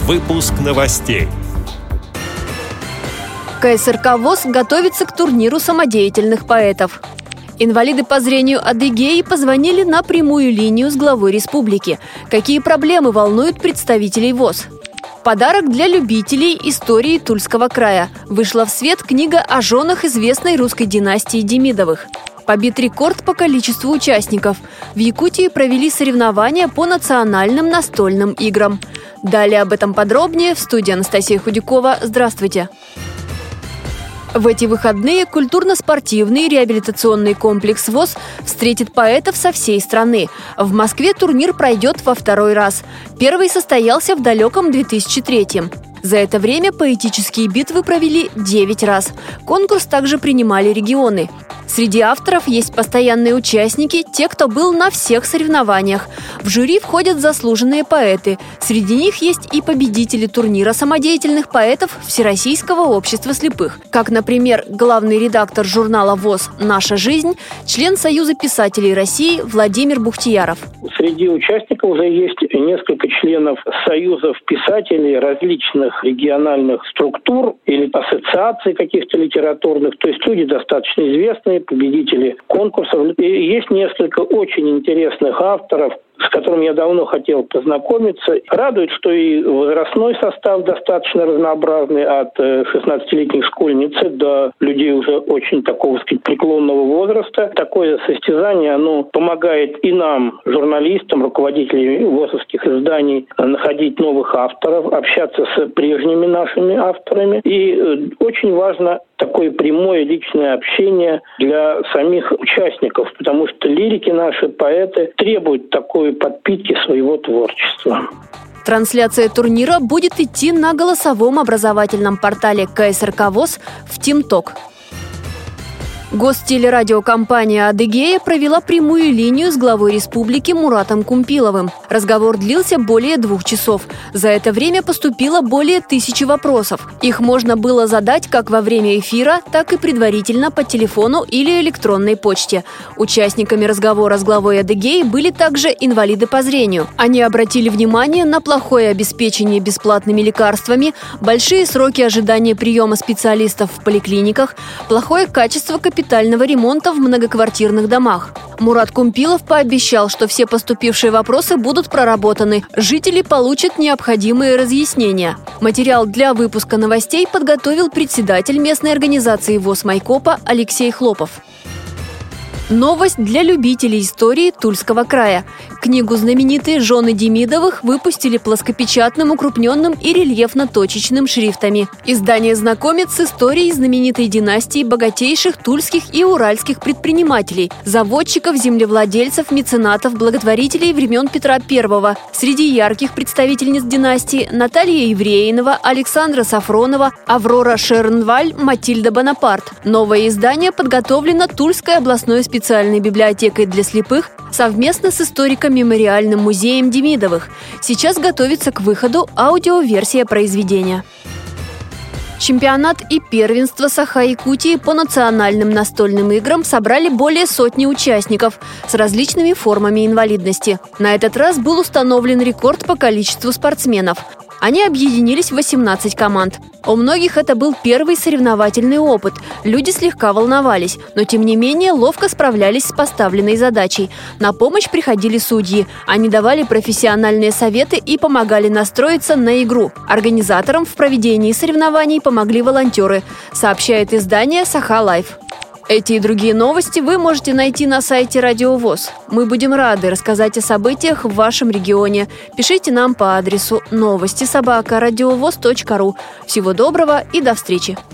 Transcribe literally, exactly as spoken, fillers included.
Выпуск новостей. КСРК ВОС готовится к турниру самодеятельных поэтов. Инвалиды по зрению Адыгеи позвонили на прямую линию с главой республики. Какие проблемы волнуют представителей ВОС? Подарок для любителей истории Тульского края. Вышла в свет книга о женах известной русской династии Демидовых. Побит рекорд по количеству участников. В Якутии провели соревнования по национальным настольным играм. Далее об этом подробнее в студии Анастасия Худякова. Здравствуйте! В эти выходные культурно-спортивный реабилитационный комплекс ВОС встретит поэтов со всей страны. В Москве турнир пройдет во второй раз. Первый состоялся в далеком две тысячи третьем. За это время поэтические битвы провели девять раз. Конкурс также принимали регионы. Среди авторов есть постоянные участники, те, кто был на всех соревнованиях. В жюри входят заслуженные поэты. Среди них есть и победители турнира самодеятельных поэтов Всероссийского общества слепых. Как, например, главный редактор журнала ВОС «Наша жизнь», член Союза писателей России Владимир Бухтияров. Среди участников уже есть несколько членов союзов писателей различных региональных структур или ассоциаций каких-то литературных, то есть люди достаточно известные, победители конкурсов. И есть несколько очень интересных авторов, с которыми я давно хотел познакомиться. Радует, что и возрастной состав достаточно разнообразный, от шестнадцатилетних школьниц до людей уже очень такого, сказать, преклонного возраста. Такое состязание, оно помогает и нам, журналистам, руководителям ВОСовских изданий, находить новых авторов, общаться с прежними нашими авторами. И очень важно такое прямое личное общение для самих участников, потому что лирики наши, поэты требуют такой подпитки своего творчества. Трансляция турнира будет идти на голосовом образовательном портале КСРК ВОС в ТимТок. Гостелерадиокомпания «Адыгея» провела прямую линию с главой республики Муратом Кумпиловым. Разговор длился более двух часов. За это время поступило более тысячи вопросов. Их можно было задать как во время эфира, так и предварительно по телефону или электронной почте. Участниками разговора с главой Адыгеи были также инвалиды по зрению. Они обратили внимание на плохое обеспечение бесплатными лекарствами, большие сроки ожидания приема специалистов в поликлиниках, плохое качество капитала, капитального ремонта в многоквартирных домах. Мурат Кумпилов пообещал, что все поступившие вопросы будут проработаны. Жители получат необходимые разъяснения. Материал для выпуска новостей подготовил председатель местной организации ВОС Майкопа Алексей Хлопов. Новость для любителей истории Тульского края. Книгу знаменитые жены Демидовых выпустили плоскопечатным, укрупненным и рельефно-точечным шрифтами. Издание знакомит с историей знаменитой династии богатейших тульских и уральских предпринимателей, заводчиков, землевладельцев, меценатов, благотворителей времен Петра Первого. Среди ярких представительниц династии Наталья Евреинова, Александра Сафронова, Аврора Шернваль, Матильда Бонапарт. Новое издание подготовлено Тульской областной специальной библиотекой для слепых совместно с историко-мемориальным музеем Демидовых. Сейчас готовится к выходу аудиоверсия произведения. Чемпионат и первенство Саха-Якутии по национальным настольным играм собрали более сотни участников с различными формами инвалидности. На этот раз был установлен рекорд по количеству спортсменов. Они объединились в восемнадцать команд. У многих это был первый соревновательный опыт. Люди слегка волновались, но тем не менее ловко справлялись с поставленной задачей. На помощь приходили судьи. Они давали профессиональные советы и помогали настроиться на игру. Организаторам в проведении соревнований помогли волонтеры, сообщает издание «Саха Лайф». Эти и другие новости вы можете найти на сайте Радио ВОС. Мы будем рады рассказать о событиях в вашем регионе. Пишите нам по адресу новости собака радиовос точка ру. Всего доброго и до встречи!